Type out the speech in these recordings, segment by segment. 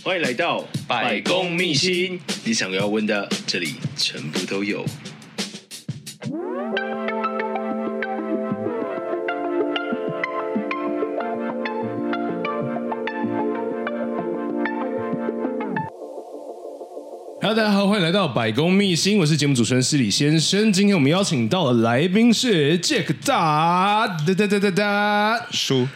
欢迎来到百工秘辛，你想要问的，这里全部都有。Hello， 大家好，欢迎来到百工秘辛，我是节目主持人施礼先生。今天我们邀请到的来宾是 Jack 大叔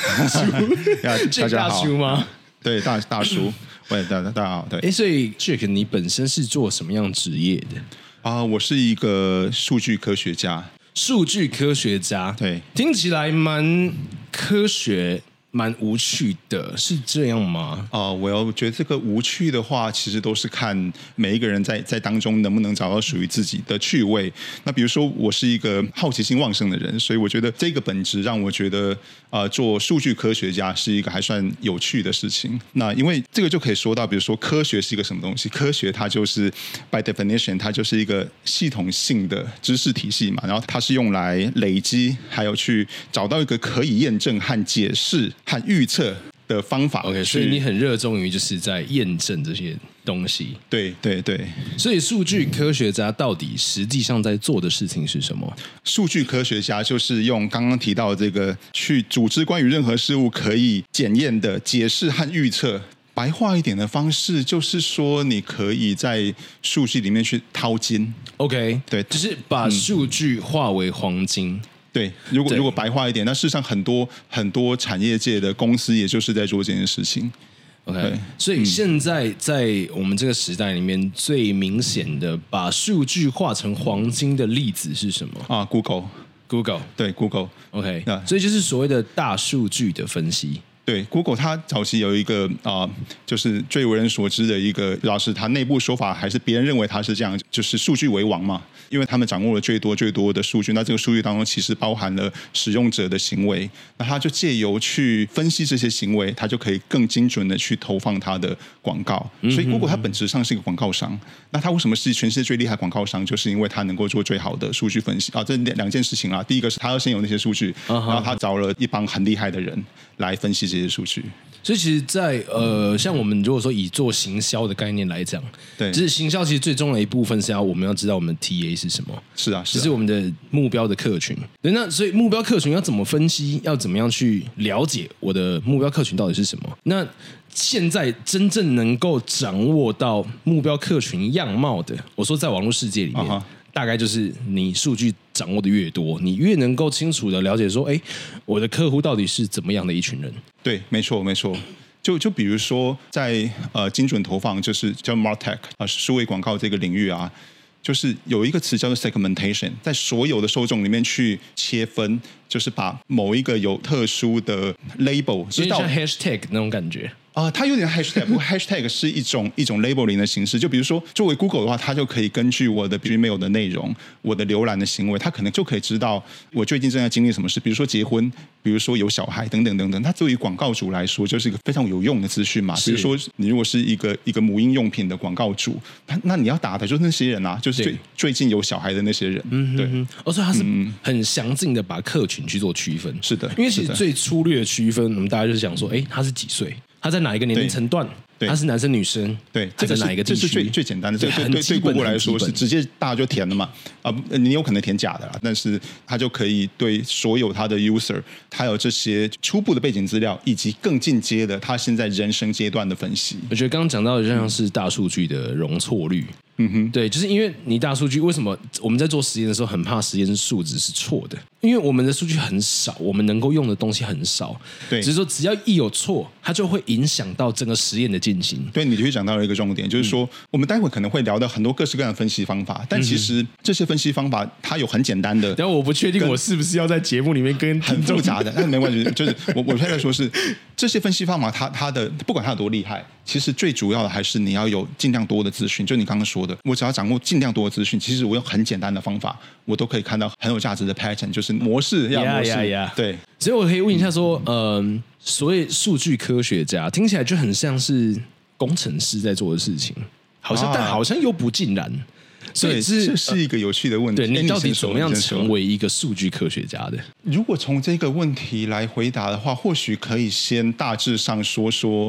，Jack 大叔吗？ 对，大叔，喂，大家好，对。 所以 Jack 你本身是做什么样职业的？ 我是一个数据科学家。 数据科学家， 对， 听起来蛮科学。蛮无趣的，是这样吗？ 我觉得这个无趣的话，其实都是看每一个人在当中能不能找到属于自己的趣味。那比如说，我是一个好奇心旺盛的人，所以我觉得这个本质让我觉得，做数据科学家是一个还算有趣的事情。那因为这个就可以说到，比如说科学是一个什么东西？科学它就是 by definition， 它就是一个系统性的知识体系嘛，然后它是用来累积，还有去找到一个可以验证和解释和预测的方法。 OK， 所以你很热衷于就是在验证这些东西。 对对对。 所以数据科学家到底实际上在做的事情是什么？ 数据科学家就是用刚刚提到的这个去组织关于任何事物可以检验的解释和预测。白话一点的方式就是说，你可以在数据里面去淘金。 OK， 对， 就是把数据化为黄金。 对，如果白话一点，那事实上很多产业界的公司也就是在做这件事情。 OK， 所以现在在我们这个时代里面，最明显的把数据化成黄金的例子是什么？Google， 对 Google。 OK， 所以就是所谓的大数据的分析。 对 Google， 它早期有一个就是最为人所知的一个，老师他内部说法还是别人认为他是这样，就是数据为王嘛，因为他们掌握了最多的数据。那这个数据当中其实包含了使用者的行为，那他就借由去分析这些行为，他就可以更精准的去投放他的广告。所以 Google 它本质上是一个广告商。那它为什么是全世界最厉害广告商？就是因为它能够做最好的数据分析这两件事情啦。第一个是他要先有那些数据，然后他找了一帮很厉害的人来分析这些数据。 所以其实在像我们如果说以做行销的概念来讲， 对， 就是行销其实最重要的一部分是我们要知道我们的 TA 是什么。 是啊， 就是我们的目标的客群。对，那所以目标客群要怎么分析，要怎么样去了解我的目标客群到底是什么？那现在真正能够掌握到目标客群样貌的，我说在网络世界里面，大概就是你数据掌握的越多，你越能够清楚的了解说，我的客户到底是怎么样的一群人。 对，没错。就比如说在精准投放，就是叫 MarTech 数位广告这个领域啊，就是有一个词叫做 segmentation， 在所有的受众里面去切分，就是把某一个有特殊的 label， 就像 hashtag 那种感觉。 它有点 hashtag， 不过 hashtag 是一种 labeling 的形式。就比如说，作为 Google 的话，它就可以根据我的 Gmail 的内容、我的浏览的行为，它可能就可以知道我最近正在经历什么事。比如说结婚，比如说有小孩等等等等。它对于广告主来说，就是一个非常有用的资讯嘛。比如说，你如果是一个母婴用品的广告主，那你要打的就是那些人啊，就是最近有小孩的那些人。对， 所以它是很详尽的把客群去做区分。 是的， 因为其实最粗略的区分，我们大家就是讲说，他是几岁？他在哪一个年龄层段？他是男生女生？ 对， 这个是哪一个地区？ 这是最简单的，这个对 Google 来说是直接大家就填了嘛。你有可能填假的啦，但是他就可以对所有他的 user， 他有这些初步的背景资料，以及更进阶的他现在人生阶段的分析。 我觉得刚刚讲到的像是大数据的容错率。对，就是因为你大数据，为什么我们在做实验的时候很怕实验数值是错的？因为我们的数据很少，我们能够用的东西很少。对，只是说只要一有错，它就会影响到整个实验的进行。 对，你就讲到了一个重点，就是说我们待会可能会聊到很多各式各样的分析方法，但其实这些分析方法它有很简单的。 但我不确定我是不是要在节目里面跟很复杂的，但没关系，就是我现在说是这些分析方法，它的不管它有多厉害，其实最主要的还是你要有尽量多的资讯。就你刚刚说的，我只要掌握尽量多的资讯，其实我用很简单的方法，我都可以看到很有价值的 pattern， 就是模式。对， 所以我可以问一下说，所谓数据科学家听起来就很像是工程师在做的事情，但好像又不尽然。 所以这是一个有趣的问题。 对，你到底怎么样成为一个数据科学家的？ 如果从这个问题来回答的话，或许可以先大致上说说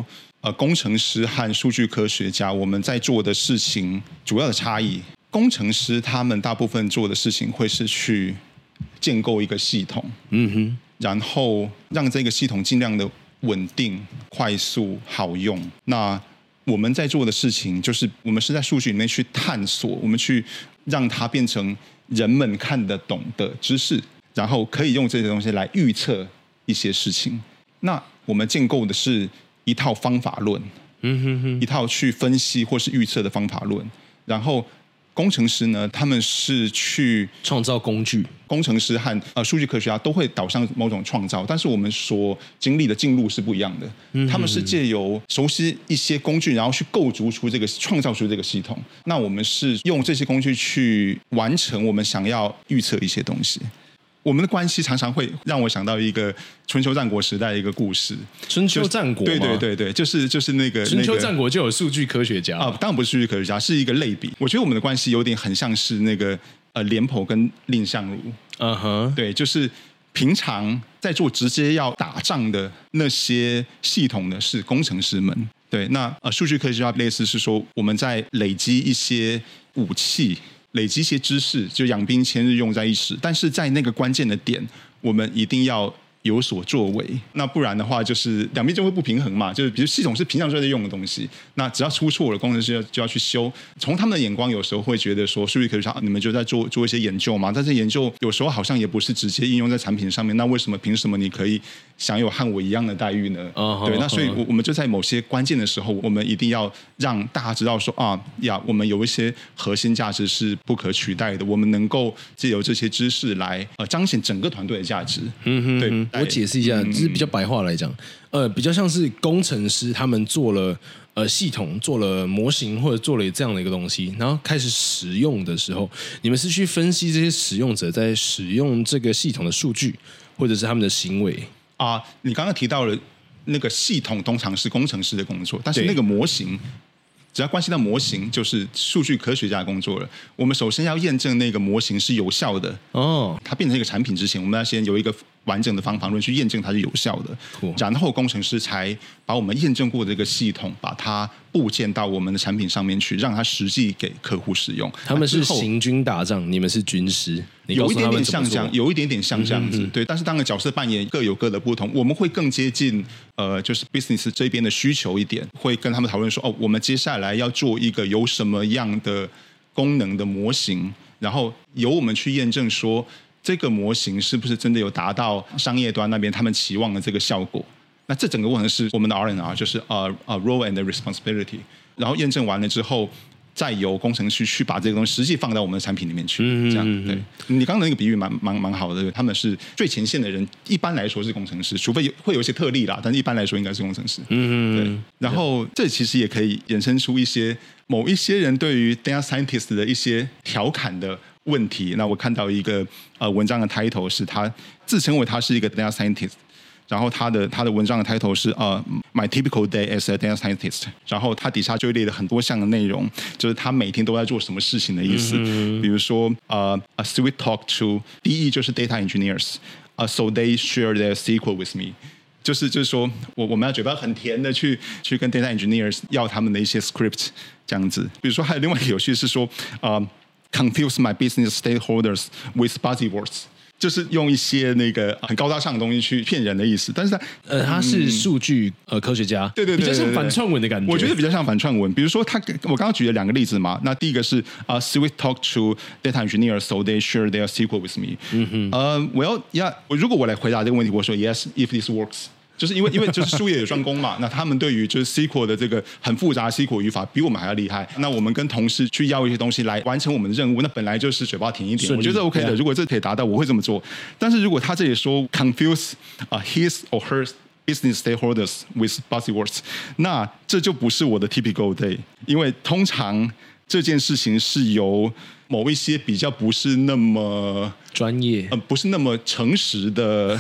工程师和数据科学家我们在做的事情主要的差异。工程师他们大部分做的事情会是去建构一个系统，然后让这个系统尽量的稳定、快速、好用。那我们在做的事情就是我们是在数据里面去探索，我们去让它变成人们看得懂的知识，然后可以用这些东西来预测一些事情。那我们建构的是一套方法论，一套去分析或是预测的方法论。然后工程师呢，他们是去创造工具。 工程师和数据科学家都会导向某种创造，但是我们所经历的进路是不一样的。他们是借由熟悉一些工具，然后去构筑出创造出这个系统。那我们是用这些工具去完成我们想要预测一些东西。我们的关系常常会让我想到一个春秋战国时代的一个故事。 春秋战国吗？ 对，就是那个春秋战国就有数据科学家当然不是数据科学家，是一个类比。我觉得我们的关系有点很像是那个廉颇跟蔺相如。对，就是平常在做直接要打仗的那些系统的是工程师们。对，那数据科学家类似是说我们在累积一些武器。累积一些知识，就养兵千日，用在一时。但是在那个关键的点，我们一定要有所作为。那不然的话，就是两边就会不平衡嘛。就是比如系统是平常就在用的东西，那只要出错了，工程师就要去修。从他们的眼光，有时候会觉得说，数据科学家你们就在做一些研究嘛。但是研究有时候好像也不是直接应用在产品上面。那凭什么你可以享有和我一样的待遇呢？对，那所以我们就在某些关键的时候，我们一定要让大家知道说我们有一些核心价值是不可取代的，我们能够借由这些知识来彰显整个团队的价值。对， 我解释一下，就是比较白话来讲，比较像是工程师他们做了系统，做了模型或者做了这样的一个东西，然后开始使用的时候，你们是去分析这些使用者在使用这个系统的数据，或者是他们的行为。 你刚刚提到了那个系统通常是工程师的工作，但是那个模型只要关系到模型，就是数据科学家的工作了。我们首先要验证那个模型是有效的它变成一个产品之前，我们要先有一个完整的方法论去验证它是有效的，然后工程师才把我们验证过的这个系统把它部件到我们的产品上面去，让它实际给客户使用。 他们是行军打仗，你们是军师， 有一点点像这样，有一点点像这样子。对，但是当然角色扮演各有各的不同。我们会更接近就是 business 这边的需求一点，会跟他们讨论说我们接下来要做一个有什么样的功能的模型，然后由我们去验证说这个模型是不是真的有达到商业端那边他们期望的这个效果。那这整个过程是我们的 R&R， 就是role and responsibility。然后验证完了之后，再由工程师去把这个东西实际放到我们的产品里面去。这样对。你刚刚那个比喻蛮好的，他们是最前线的人，一般来说是工程师，除非会有一些特例啦，但是一般来说应该是工程师。对。然后这其实也可以衍生出某一些人对于 data scientist 的一些调侃的问题。那我看到一个文章的 title 是他自称为他是一个 data scientist， 然后他的文章的 title 是My typical day as a data scientist， 然后他底下就列了很多项的内容，就是他每天都在做什么事情的意思。比如说a sweet talk to 第一就是 data engineers，so they share their SQL with me。就是说我们要嘴巴很甜的去跟 data engineers 要他们的一些 script 这样子。比如说还有另外一个有趣是说confuse my business stakeholders with buzzwords， 就是用一些那个很高大上的东西去骗人的意思。但是他是数据科学家，对，比较像反串文的感觉。 我觉得比较像反串文。比如说我刚刚举了2个例子嘛，那第一个是sweet talk to data engineers so they share their SQL with me。如果我来回答这个问题，我说 yes if this works。就是因为就是术业有专攻嘛，那他们对于就是 SQL 的这个很复杂的 SQL 语法比我们还要厉害。那我们跟同事去要一些东西来完成我们的任务，那本来就是嘴巴甜一点，我觉得 OK 的。如果这可以达到，我会这么做。但是如果他这里说 confuse his or her business stakeholders with buzzwords， 那这就不是我的 typical day， 因为通常这件事情是由某一些比较不是那么专业， 不是那么诚实的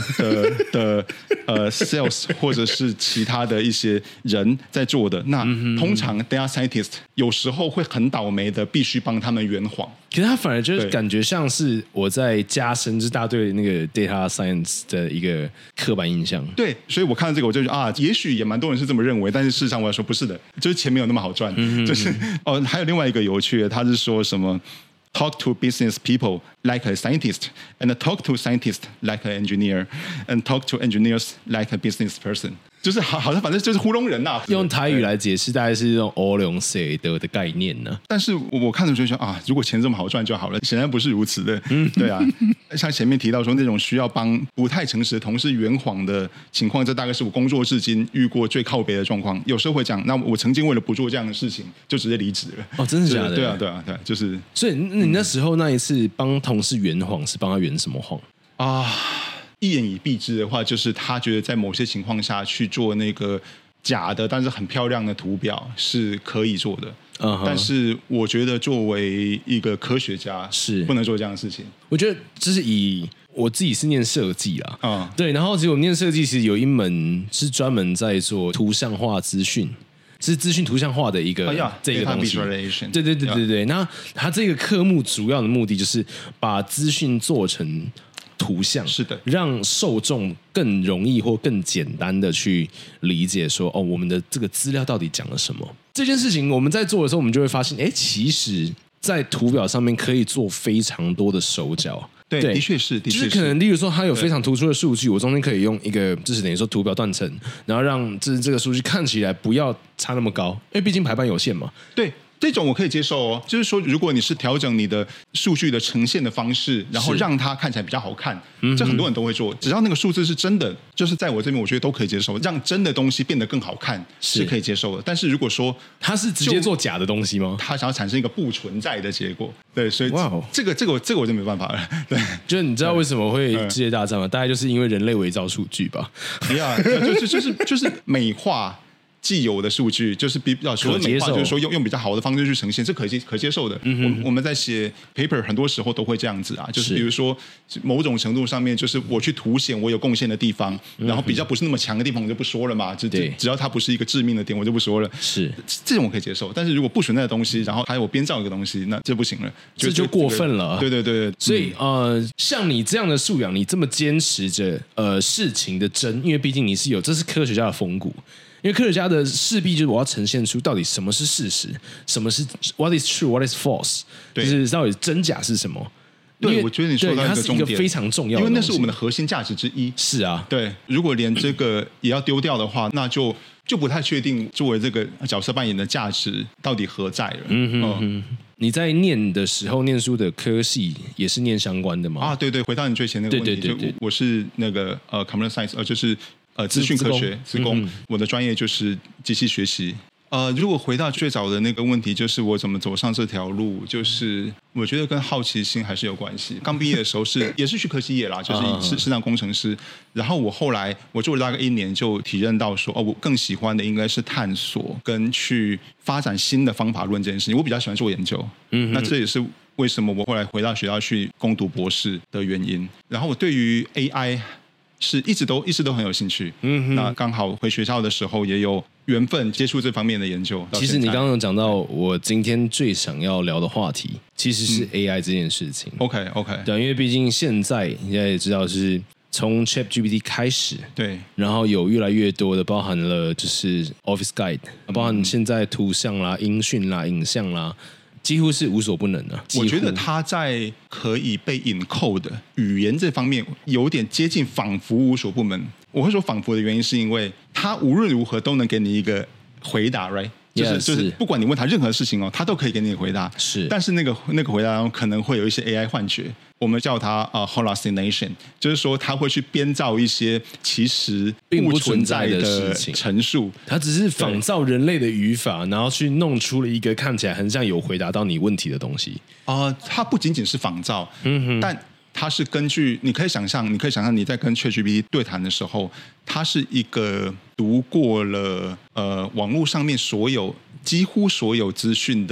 sales 或者是其他的一些人在做的，那通常 data scientist 有时候会很倒霉的，必须帮他们圆谎。 可是他反而就是感觉像是我在加深就是大家对那个 data science 的一个刻板印象。 对，所以我看到这个我就觉得也许也蛮多人是这么认为，但是事实上我要说不是的，就是钱没有那么好赚。就是还有另外一个有趣的，他是说什么 talk to business people like a scientist and talk to scientists like an engineer and talk to engineers like a business person。就是好像反正就是糊弄人呐。 用台语来解释，大概是用欧龙谁的概念呢？ 但是我看着就觉得如果钱这么好赚就好了，显然不是如此的。对啊，像前面提到说那种需要帮不太诚实的同事圆谎的情况，这大概是我工作至今遇过最靠北的状况。有时候会讲，那我曾经为了不做这样的事情，就直接离职了。 哦，真的假的？ 对啊，就是。 所以你那时候那一次帮同事圆谎，是帮他圆什么谎啊？一言以蔽之的话，就是他觉得在某些情况下去做那个假的但是很漂亮的图表是可以做的。但是我觉得作为一个科学家是不能做这样的事情。 我觉得这是我自己是念设计啦，对，然后其实我念设计其实有一门是专门在做图像化资讯。是资讯图像化的一个这个东西，对。那它这个科目主要的目的就是把资讯做成图像， 是的， 让受众更容易或更简单的去理解说，我们的这个资料到底讲了什么。这件事情我们在做的时候，我们就会发现，其实在图表上面可以做非常多的手脚。 对，的确是， 就是可能，例如说，它有非常突出的数据，我中间可以用一个，就是等于说图表断层，然后让这个数据看起来不要差那么高，因为毕竟排版有限嘛。 对。这种我可以接受哦，就是说，如果你是调整你的数据的呈现的方式，然后让它看起来比较好看，这很多人都会做。只要那个数字是真的，就是在我这边，我觉得都可以接受。让真的东西变得更好看是可以接受的。但是如果说它是直接做假的东西吗？ 它想要产生一个不存在的结果，对，所以这个我就没办法了。对， 就是你知道为什么会世界大战吗？大概就是因为人类伪造数据吧。 就是美化既有的数据，就是比较所谓美化，就是说用比较好的方式去呈现，是可接受的。我们在写 paper 很多时候都会这样子啊，就是比如说某种程度上面，就是我去凸显我有贡献的地方，然后比较不是那么强的地方我就不说了嘛，只要它不是一个致命的点，我就不说了。 是这种我可以接受，但是如果不存在的东西，然后还有我编造一个东西，那这不行了， 这就过分了。 对， 所以像你这样的素养，你这么坚持着事情的真，因为毕竟你是这是科学家的风骨。因为科学家的势必就是我要呈现出到底什么是事实，什么是 what is true, what is false， 就是到底真假是什么。 对，我觉得你说到一个重点， 它是一个非常重要的， 因为那是我们的核心价值之一。 是啊， 对，如果连这个也要丢掉的话，那就不太确定作为这个角色扮演的价值到底何在了。 你在念的时候，念书的科系也是念相关的吗？ 对，回到你最前那个问题，对，我是那个computer science，就是资讯科学资工，我的专业就是机器学习。如果回到最早的那个问题，就是我怎么走上这条路，就是我觉得跟好奇心还是有关系。刚毕业的时候也是去科技业啦，就是市场工程师。然后后来我做了大概1年，就体认到说，我更喜欢的应该是探索跟去发展新的方法论这件事情。我比较喜欢做研究，那这也是为什么我后来回到学校去攻读博士的原因。然后我对于 AI是一直都很有兴趣。那刚好回学校的时候也有缘分接触这方面的研究。 其实你刚刚有讲到我今天最想要聊的话题，其实是 AI 这件事情。 OK， 对，因为毕竟现在也知道是从 ChatGPT 开始， 对， 然后有越来越多的包含了就是 Office Guide，包含现在图像啦、音讯啦、影像啦。几乎是无所不能的。 我觉得它在可以被encode的语言这方面有点接近仿佛无所不能。我会说仿佛的原因是因为它无论如何都能给你一个回答 right， 就是不管你问他任何事情他都可以给你回答。 是， 但是那个回答中可能会有一些 AI 幻觉，我们叫它hallucination， 就是说它会去编造一些其实并不存在的事情陈述， 它只是仿造人类的语法，然后去弄出了一个看起来很像有回答到你问题的东西。 它不仅仅是仿造，但它是根据你可以想象你在跟 ChatGPT 对谈的时候，它是一个读过了网络上面几乎所有资讯的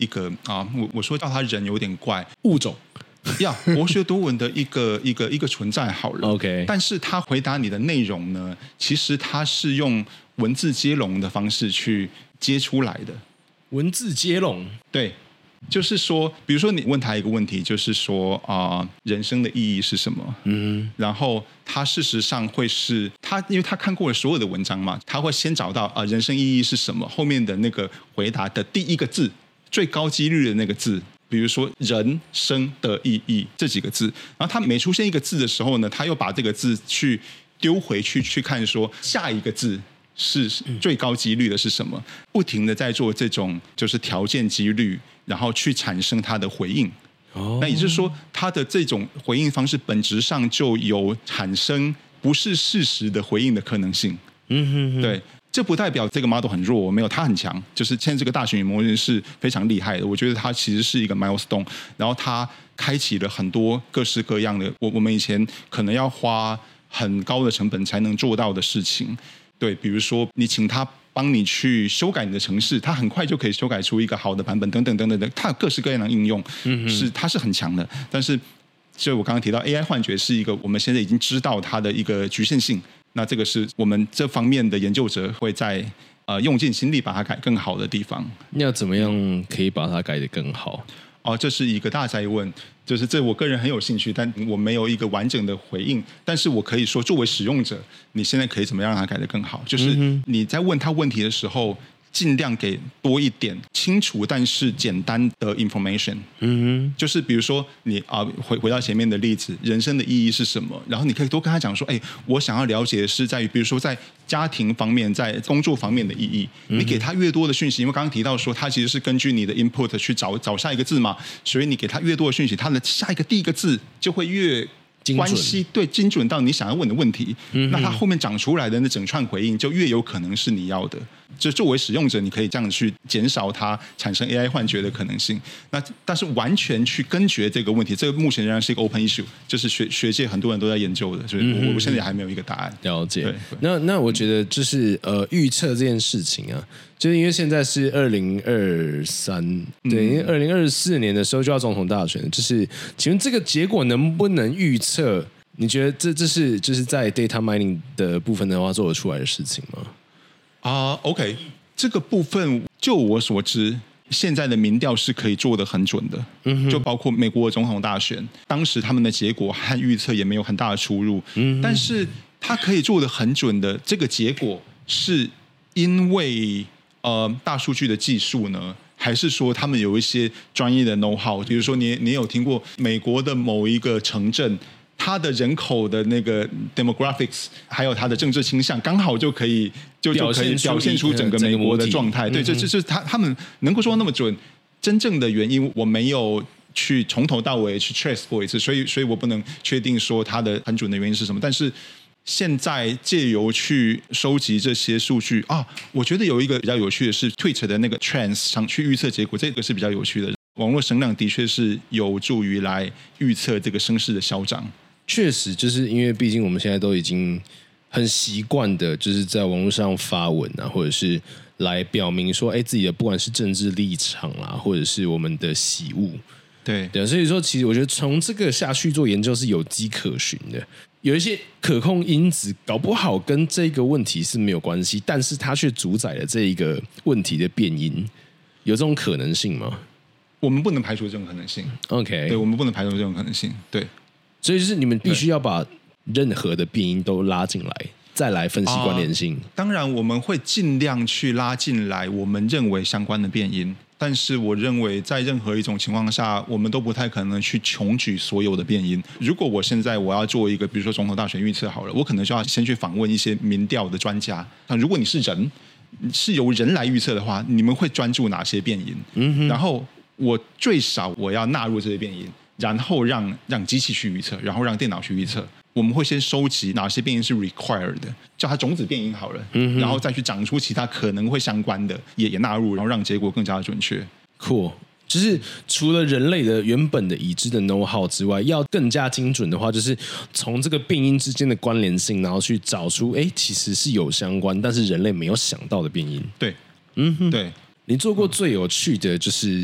一个我说叫他人有点怪物种博学多闻的一个存在好了。 OK， 但是他回答你的内容呢，其实他是用文字接龙的方式去接出来的。 文字接龙， 对。就是说，比如说你问他一个问题，就是说人生的意义是什么？然后他事实上会是他，因为他看过了所有的文章嘛，他会先找到人生意义是什么，后面的那个回答的第一个字，最高几率的那个字，比如说人生的意义这几个字，然后他每出现一个字的时候呢，他又把这个字去丢回去看说下一个字是最高几率的是什么，不停的在做这种就是条件几率，然后去产生他的回应。那也就是说，他的这种回应方式本质上就有产生不是事实的回应的可能性。对，这不代表这个 model 很弱，没有，它很强。就是现在这个大型语模型是非常厉害的，我觉得它其实是一个 milestone， 然后它开启了很多各式各样的我们以前可能要花很高的成本才能做到的事情。对，比如说你请他帮你去修改你的程式，他很快就可以修改出一个好的版本，等等等等的，它有各式各样的应用，它是很强的。但是，就我刚刚提到 AI 幻觉是一个我们现在已经知道它的一个局限性，那这个是我们这方面的研究者会在用尽心力把它改更好的地方。 要怎么样可以把它改得更好？ 这是一个大哉问，就是这我个人很有兴趣，但我没有一个完整的回应。但是我可以说，作为使用者，你现在可以怎么样让它改得更好？就是你在问他问题的时候，尽量给多一点清楚但是简单的 information。就是比如说你回到前面的例子，人生的意义是什么？然后你可以多跟他讲说，我想要了解的是在于，比如说在家庭方面，在工作方面的意义。你给他越多的讯息，因为刚刚提到说，他其实是根据你的 input 去找下一个字嘛，所以你给他越多的讯息，他的下一个第一个字就会越关系对精准到你想要问的问题。那他后面长出来的那整串回应就越有可能是你要的。就作为使用者，你可以这样去减少它产生 AI 幻觉的可能性。但是完全去根绝这个问题，这个目前仍然是一个 open issue， 就是学界很多人都在研究的，所以我现在还没有一个答案。 了解。那我觉得就是预测这件事情啊，就是因为现在是2023，对，因为2024年的时候就要总统大选，就是请问这个结果能不能预测？你觉得这是就是在 data mining 的部分的话做得出来的事情吗 ？OK， 这个部分就我所知，现在的民调是可以做得很准的。就包括美国的总统大选，当时他们的结果和预测也没有很大的出入。但是他可以做得很准的这个结果，是因为大数据的技术呢？还是说他们有一些专业的 know how？ 比如说你有听过美国的某一个城镇，它的人口的那个 demographics， 还有它的政治倾向，刚好就可以表现出整个美国的状态。对，这就是他们能够说那么准。真正的原因我没有去从头到尾去 trace 过一次，所以我不能确定说它的很准的原因是什么。但是现在借由去收集这些数据我觉得有一个比较有趣的是 Twitter 的那个 trends 上去预测结果，这个是比较有趣的。网络声量的确是有助于来预测这个声势的消长。 确实，就是因为毕竟我们现在都已经很习惯的，就是在网络上发文啊，或者是来表明说，自己的不管是政治立场啦，或者是我们的喜恶， 对， 所以说其实我觉得从这个下去做研究是有迹可循的。有一些可控因子搞不好跟这个问题是没有关系，但是它却主宰了这一个问题的变因，有这种可能性吗？ 我们不能排除这种可能性。 OK， 对，我们不能排除这种可能性。对， 所以就是你们必须要把任何的变因都拉进来，再来分析关联性。 当然，我们会尽量去拉进来我们认为相关的变因，但是我认为在任何一种情况下，我们都不太可能去穷举所有的变因。如果我现在我要做一个，比如说总统大选预测好了，我可能就要先去访问一些民调的专家。那如果你是人，是由人来预测的话，你们会专注哪些变因？然后我最少我要纳入这些变因，然后让机器去预测，然后让电脑去预测。我们会先收集哪些变因是 required 的，叫它种子变因好了，然后再去长出其他可能会相关的，也纳入，然后让结果更加的准确。 Cool， 就是除了人类的原本的已知的 know how 之外，要更加精准的话，就是从这个变因之间的关联性，然后去找出其实是有相关，但是人类没有想到的变因。 对，对。 你做过最有趣的就是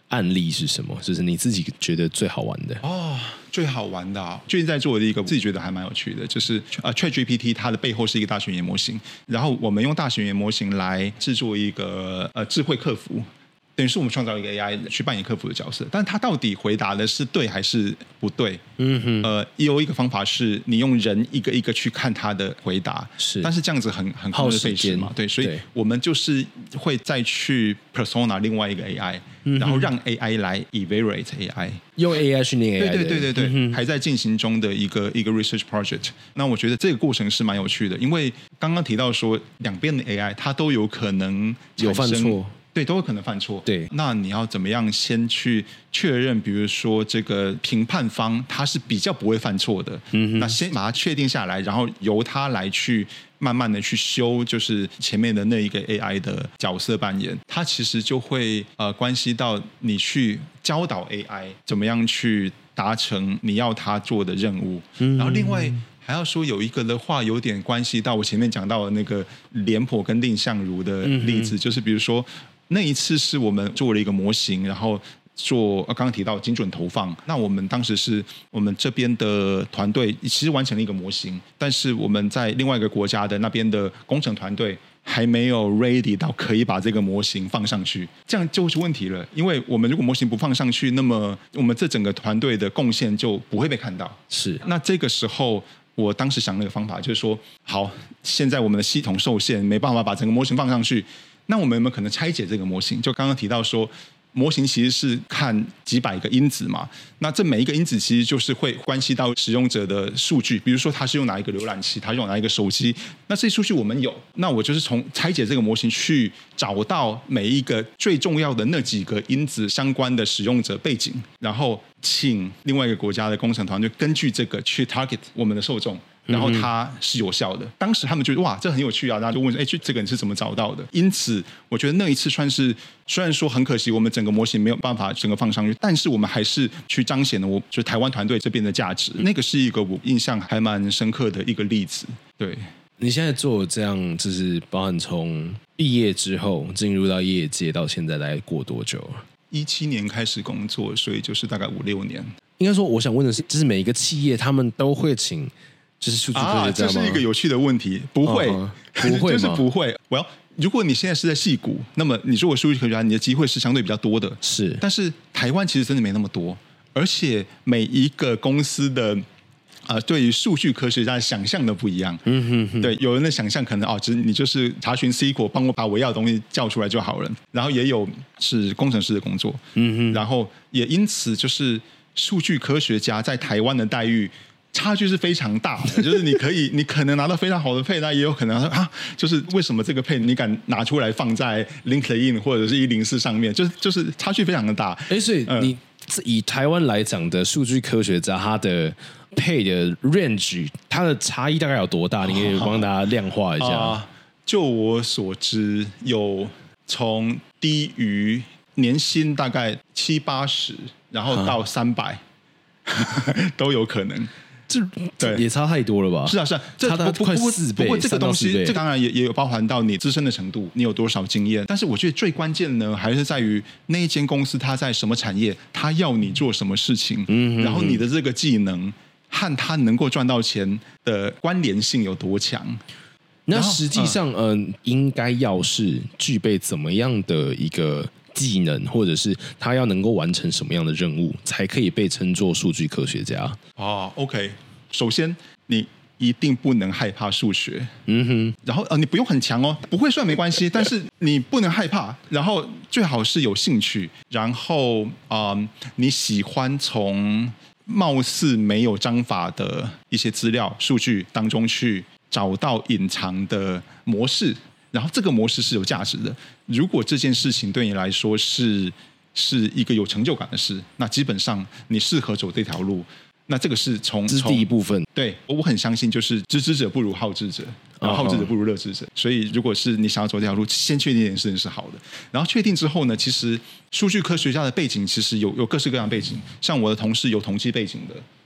案例是什么？就是你自己觉得最好玩的最好玩的最近在做的一个自己觉得还蛮有趣的，就是ChatGPT 它的背后是一个大型语言模型，然后我们用大型语言模型来制作一个智慧客服，等于是我们创造一个 AI 去扮演客服的角色，但它到底回答的是对还是不对？也有一个方法是你用人一个一个去看它的回答，但是这样子很耗时间嘛，对，所以我们就是会再去 persona 另外一个 AI，然后让 AI 来 evaluate AI， 用 AI 训练 AI， 对，还在进行中的一个 research project。那我觉得这个过程是蛮有趣的，因为刚刚提到说两边的 AI 它都有可能有犯错。 对，都有可能犯错。 对， 那你要怎么样先去确认，比如说这个评判方他是比较不会犯错的，那先把它确定下来，然后由他来去慢慢的去修，就是前面的那一个 AI 的角色扮演，它其实就会关系到你去教导 AI 怎么样去达成你要他做的任务，然后另外。还要说有一个的话，有点关系到我前面讲到的那个廉颇跟蔺相如的例子，就是比如说那一次是我们做了一个模型，然后做刚刚提到精准投放，那我们当时是我们这边的团队其实完成了一个模型，但是我们在另外一个国家的那边的工程团队还没有 ready 到可以把这个模型放上去，这样就是问题了。因为我们如果模型不放上去，那么我们这整个团队的贡献就不会被看到。 是， 那这个时候。我当时想那个方法就是说，好，现在我们的系统受限，没办法把整个模型放上去，那我们有没有可能拆解这个模型？就刚刚提到说，模型其实是看几百个因子嘛，那这每一个因子其实就是会关系到使用者的数据，比如说他是用哪一个浏览器，他用哪一个手机，那这些数据我们有，那我就是从拆解这个模型去找到每一个最重要的那几个因子相关的使用者背景，然后请另外一个国家的工程团队根据这个去 target 我们的受众。然后它是有效的，当时他们觉得哇，这很有趣啊，大家就问说，这个你是怎么找到的？因此，我觉得那一次算是，虽然说很可惜，我们整个模型没有办法整个放上去，但是我们还是去彰显了就是台湾团队这边的价值。那个是一个我印象还蛮深刻的一个例子。对， 你现在做这样，就是包含从毕业之后进入到业界到现在，大概过多久了 ？17年开始工作，所以就是大概5-6年。 应该说，我想问的是，就是每一个企业他们都会请。就是数据科学家吗？ 这是一个有趣的问题。不会， 不会就是不会。如果你现在是在矽谷，那么你说我数据科学家，你的机会是相对比较多的。 是， 但是台湾其实真的没那么多，而且每一个公司的对于数据科学家的想象都不一样。对，有人的想象可能你就是查询 SQL， 帮我把我要的东西叫出来就好了。然后也有是工程师的工作。然后也因此就是数据科学家在台湾的待遇。差距是非常大的，就是你可能拿到非常好的配，那也有可能就是为什么这个配你敢拿出来放在 LinkedIn 或者是104上面，就是差距非常的大。 所以你以台湾来讲的数据科学家，他的配的 range， 它的差异大概有多大？你可以帮大家量化一下。 就我所知，有从低于年薪大概70-80，然后到300，都有可能。 这也差太多了吧？ 是啊， 差到快4倍。 不过这个东西，这当然也有包含到你资深的程度，你有多少经验。但是我觉得最关键呢，还是在于那一间公司它在什么产业，它要你做什么事情，然后你的这个技能和它能够赚到钱的关联性有多强。 那实际上，应该要是具备怎么样的一个技能，或者是他要能够完成什么样的任务，才可以被称作数据科学家 ？OK， 首先你一定不能害怕数学，然后你不用很强哦，不会算没关系，但是你不能害怕，然后最好是有兴趣，然后你喜欢从貌似没有章法的一些资料数据当中去找到隐藏的模式。然后这个模式是有价值的。如果这件事情对你来说是一个有成就感的事，那基本上你适合走这条路。那这个是这是第一部分。 对，我很相信，就是知之者不如好之者，然后好之者不如乐之者。所以，如果是你想要走这条路，先确定一点事情是好的。然后确定之后呢，其实数据科学家的背景其实有各式各样的背景。像我的同事有统计背景的，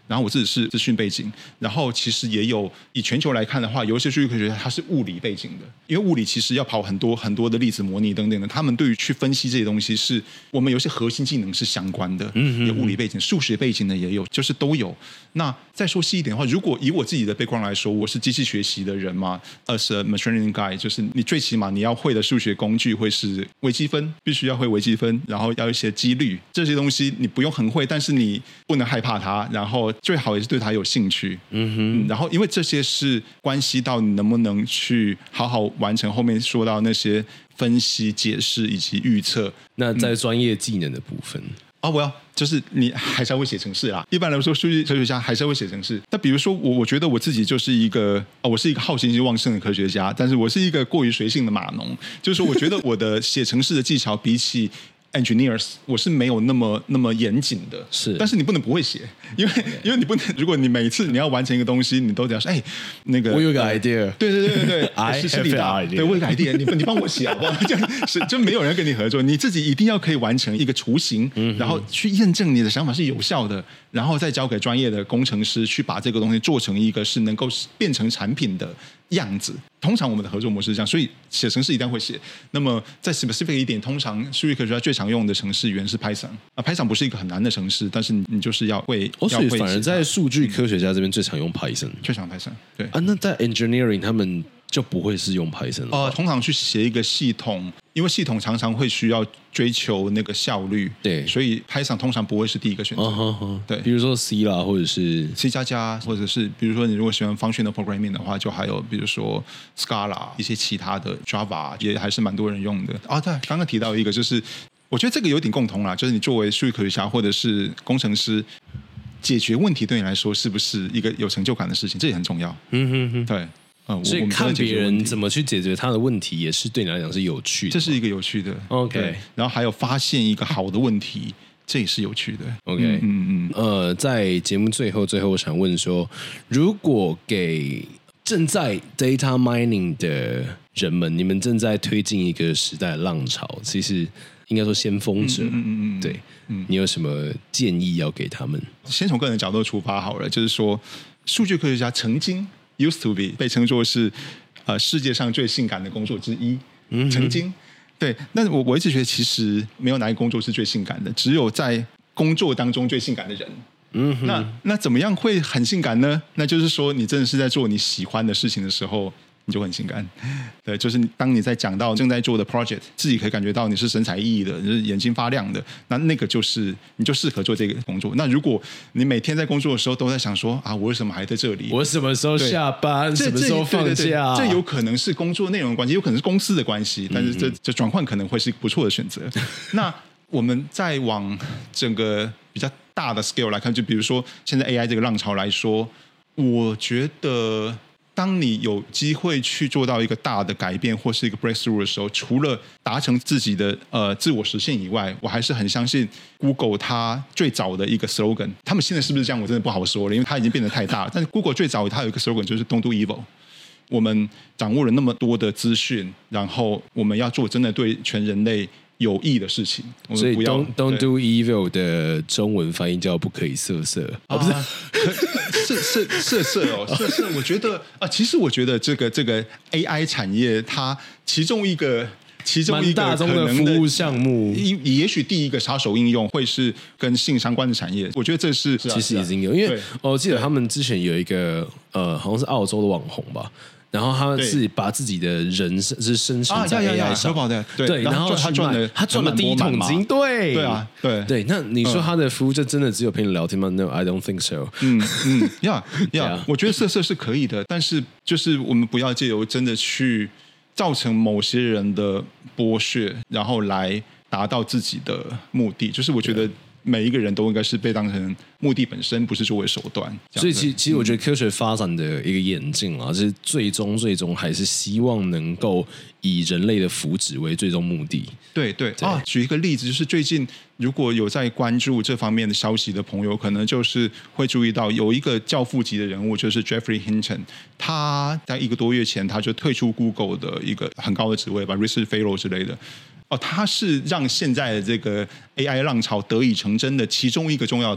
然后我自己是资讯背景，然后其实也有以全球来看的话，有一些数据科学家他是物理背景的，因为物理其实要跑很多很多的粒子模拟等等的，他们对于去分析这些东西是我们有些核心技能是相关的，有物理背景、数学背景的也有，就是都有。那再说细一点的话，如果以我自己的 background 来说，我是机器学习的人嘛，as a machine learning guy， 就是你最起码你要会的数学工具会是微积分，必须要会微积分，然后要一些几率，这些东西你不用很会，但是你不能害怕它，然后最好也是对它有兴趣。然后因为这些是关系到你能不能去好好完成后面说到那些分析、解释以及预测。 那在专业技能的部分。 我要就是你还是要会写程式啦。一般来说，数据科学家还是会写程式。那比如说我觉得我自己就是一个我是一个好奇心旺盛的科学家，但是我是一个过于随性的码农。就是说，我觉得我的写程式的技巧比起engineers 我是没有那么严谨的， 是， 但是你不能不会写，因为你不能，如果你每一次你要完成一个东西，你都得要说，那个我有个 idea， 对 ，I have an idea， 对，我有个 idea， 你帮我写好不好？这样是就没有人跟你合作，你自己一定要可以完成一个雏形，然后去验证你的想法是有效的，然后再交给专业的工程师去把这个东西做成一个是能够变成产品的样子。通常我们的合作模式是这样，所以写程式一定会写。那么再 specific 一点，通常数据科学家最常用的程式语言是 Python。Python 不是一个很难的程式，但是你就是要会。 所以反而在数据科学家这边最常用 Python， 最常 Python。对啊，那在 engineering 他们就不会是用 Python 了。 通常去写一个系统，因为系统常常会需要追求那个效率， 对， 所以 Python 通常不会是第一个选择。对， 比如说 C 啦，或者是 C++，或者是比如说你如果喜欢 functional programming 的话，就还有比如说 Scala 一些其他的 Java 也还是蛮多人用的。对，刚刚提到一个就是，我觉得这个有点共同啦，就是你作为数据科学家或者是工程师，解决问题对你来说是不是一个有成就感的事情，这也很重要。对。 所以看别人怎么去解决他的问题，也是对你来讲是有趣的。 这是一个有趣的 ，OK。 然后还有发现一个好的问题，这也是有趣的 ，OK。在节目最后，我想问说，如果给正在 data mining 的人们，你们正在推进一个时代的浪潮，其实应该说先锋者，对，你有什么建议要给他们？ 先从个人的角度出发好了，就是说，数据科学家曾经used to be 被称作是世界上最性感的工作之一，曾经对。那我一直觉得其实没有哪一个工作是最性感的，只有在工作当中最性感的人。那怎么样会很性感呢？那就是说你真的是在做你喜欢的事情的时候，你就很性感。对，就是当你在讲到正在做的 project， 自己可以感觉到你是神采奕奕的，你是眼睛发亮的，那个就是你就适合做这个工作。那如果你每天在工作的时候都在想说我为什么还在这里？ 我什么时候下班？什么时候放假？ 这有可能是工作内容的关系，有可能是公司的关系，但是这转换可能会是不错的选择。那我们再往整个比较大的 scale 来看，就比如说现在 AI 这个浪潮来说，我觉得当你有机会去做到一个大的改变或是一个 breakthrough 的时候，除了达成自己的自我实现以外，我还是很相信 Google 它最早的一个 slogan， 他们现在是不是这样我真的不好说了，因为它已经变得太大了。但是 Google 最早它有一个 slogan 就是 Don't do evil。我们掌握了那么多的资讯，然后我们要做真的对全人类有益的事情， 所以 don't do evil 的中文翻译叫不可以色色不是色色我觉得其实我觉得这个 AI 产业它其中一个蛮大宗的服务项目， 也许第一个杀手应用会是跟性相关的产业，我觉得这是其实已经有，因为我记得他们之前有一个好像是澳洲的网红吧。然后他是把自己的人是生成在 AI 上， 对， 然后他赚了第一桶金，对啊，对。 那你说他的服务就真的只有陪你聊天吗 ？No, I don't think so。 我觉得色是可以的，但是就是我们不要借由真的去造成某些人的剥削，然后来达到自己的目的。就是我觉得每一个人都应该是被当成目的本身，不是作为手段。 所以其实我觉得科学发展的一个演进啊，就是最终还是希望能够以人类的福祉为最终目的。 对举一个例子，就是最近如果有在关注这方面的消息的朋友，可能就是会注意到有一个教父级的人物，就是 Geoffrey Hinton， 他在1个多月前他就退出 Google 的一个很高的职位吧 ，Research Fellow 之类的。他是让现在的这个 AI 浪潮得以成真的其中一个重要的推手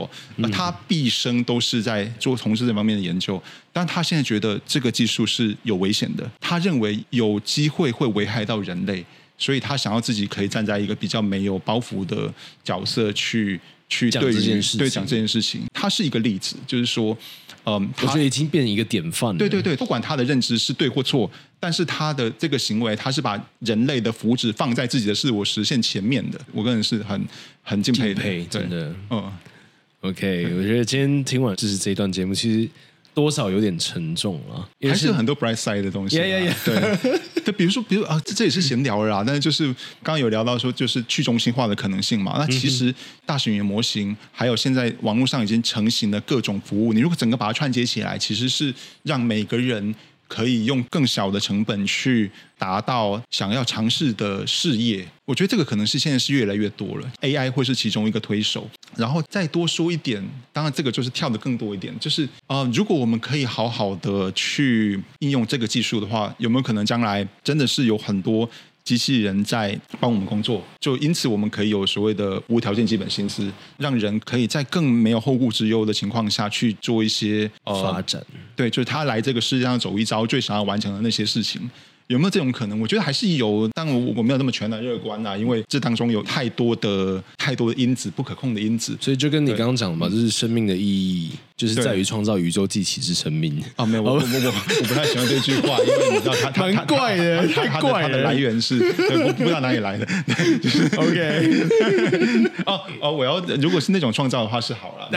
哦，他毕生都是在做从事这方面的研究，但他现在觉得这个技术是有危险的，他认为有机会会危害到人类，所以他想要自己可以站在一个比较没有包袱的角色去讲这件事情， 对讲这件事情，他是一个例子，就是说，我觉得已经变成一个典范了。 对对对，不管他的认知是对或错，但是他的这个行为，他是把人类的福祉放在自己的自我实现前面的，我个人是很敬佩的， 真的。OK， 嗯我觉得今天听完就是这一段节目，其实多少有点沉重了， 还是很多 bright side 的东西。对，比如啊，这也是闲聊了啦。但是就是刚刚有聊到说，就是去中心化的可能性嘛。那其实大型语言模型，还有现在网络上已经成型的各种服务，你如果整个把它串接起来，其实是让每个人可以用更小的成本去达到想要尝试的事业。我觉得这个可能是现在是越来越多了 ，AI 会是其中一个推手。然后再多说一点，当然这个就是跳得更多一点，就是如果我们可以好好的去应用这个技术的话，有没有可能将来真的是有很多机器人在帮我们工作？就因此我们可以有所谓的无条件基本薪资，让人可以在更没有后顾之忧的情况下去做一些发展。对， 就是他来这个世界上走一遭最想要完成的那些事情。有没有这种可能？我觉得还是有，但我没有那么全然乐观啦，因为这当中有太多的因子，不可控的因子。 所以就跟你刚刚讲的嘛，就是生命的意义，就是在于创造宇宙既启之生命。 没有，我不太喜欢这句话，因为你知道它蛮怪的，太怪了。 它的来源是，我不知道哪里来的。就是 OK， 我要如果是那种创造的话是好了。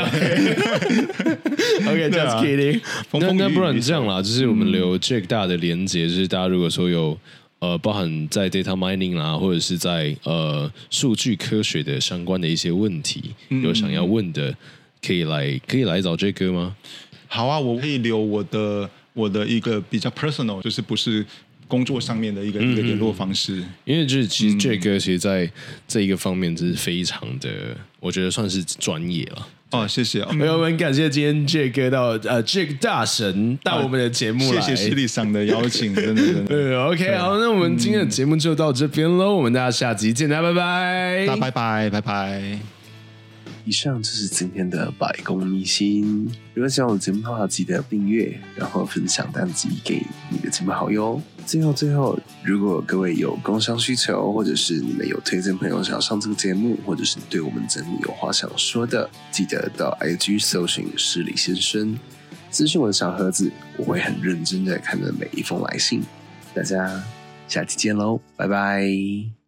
OK，just kidding。那不然这样啦，就是我们留 Jake 大的连结，就是大家如果说有包含在 data mining 啦，或者是在数据科学的相关的一些问题，有想要问的，可以来找 Jake 哥吗？ 好啊，我可以留我的一个比较 personal， 就是不是工作上面的一个联络方式。 因为就是其实 Jake 哥其实在这一个方面就是非常的，我觉得算是专业了。 谢谢。 我们感谢今天 Jake 哥到Jake 大神到我们的节目来， 谢谢施力上的邀请，真的。 OK， 好，那我们今天的节目就到这边喽，我们大家下集见，大家拜拜， 大家拜拜。 以上就是今天的百工秘辛。如果喜欢我的节目的话，记得订阅，然后分享单集给你的亲朋好友。最后，如果各位有工商需求，或者是你们有推荐朋友想要上这个节目，或者是对我们节目有话想说的，记得到 IG 搜寻施礼先生，私讯我的小盒子，我会很认真的看着每一封来信。大家下期见喽，拜拜。